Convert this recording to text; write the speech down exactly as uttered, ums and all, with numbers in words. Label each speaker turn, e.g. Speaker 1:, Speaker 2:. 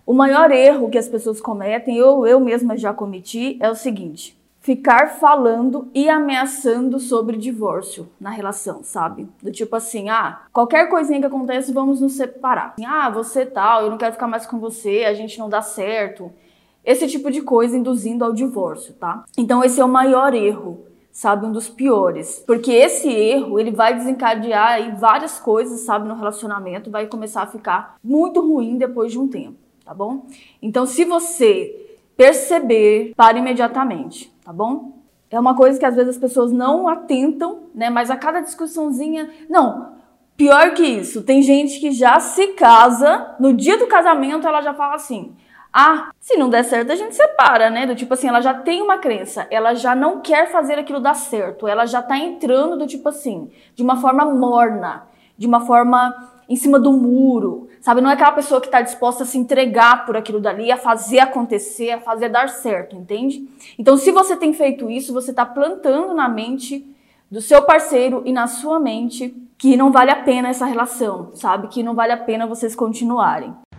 Speaker 1: O maior erro que as pessoas cometem, eu, eu mesma já cometi, é o seguinte: ficar falando e ameaçando sobre divórcio na relação, sabe? Do tipo assim, ah, qualquer coisinha que acontece, vamos nos separar. Ah, você tal, eu não quero ficar mais com você, a gente não dá certo. Esse tipo de coisa induzindo ao divórcio, tá? Então esse é o maior erro, sabe? Um dos piores. Porque esse erro, ele vai desencadear aí várias coisas, sabe? No relacionamento, vai começar a ficar muito ruim depois de um tempo, tá bom? Então se você perceber, pare imediatamente, tá bom? É uma coisa que às vezes as pessoas não atentam, né? Mas a cada discussãozinha... Não, pior que isso, tem gente que já se casa, no dia do casamento ela já fala assim... Ah, se não der certo a gente separa, né? Do tipo assim, ela já tem uma crença, ela já não quer fazer aquilo dar certo, ela já tá entrando do tipo assim, de uma forma morna, de uma forma em cima do muro, sabe? Não é aquela pessoa que tá disposta a se entregar por aquilo dali, a fazer acontecer, a fazer dar certo, entende? Então, se você tem feito isso, você tá plantando na mente do seu parceiro e na sua mente que não vale a pena essa relação, sabe? Que não vale a pena vocês continuarem.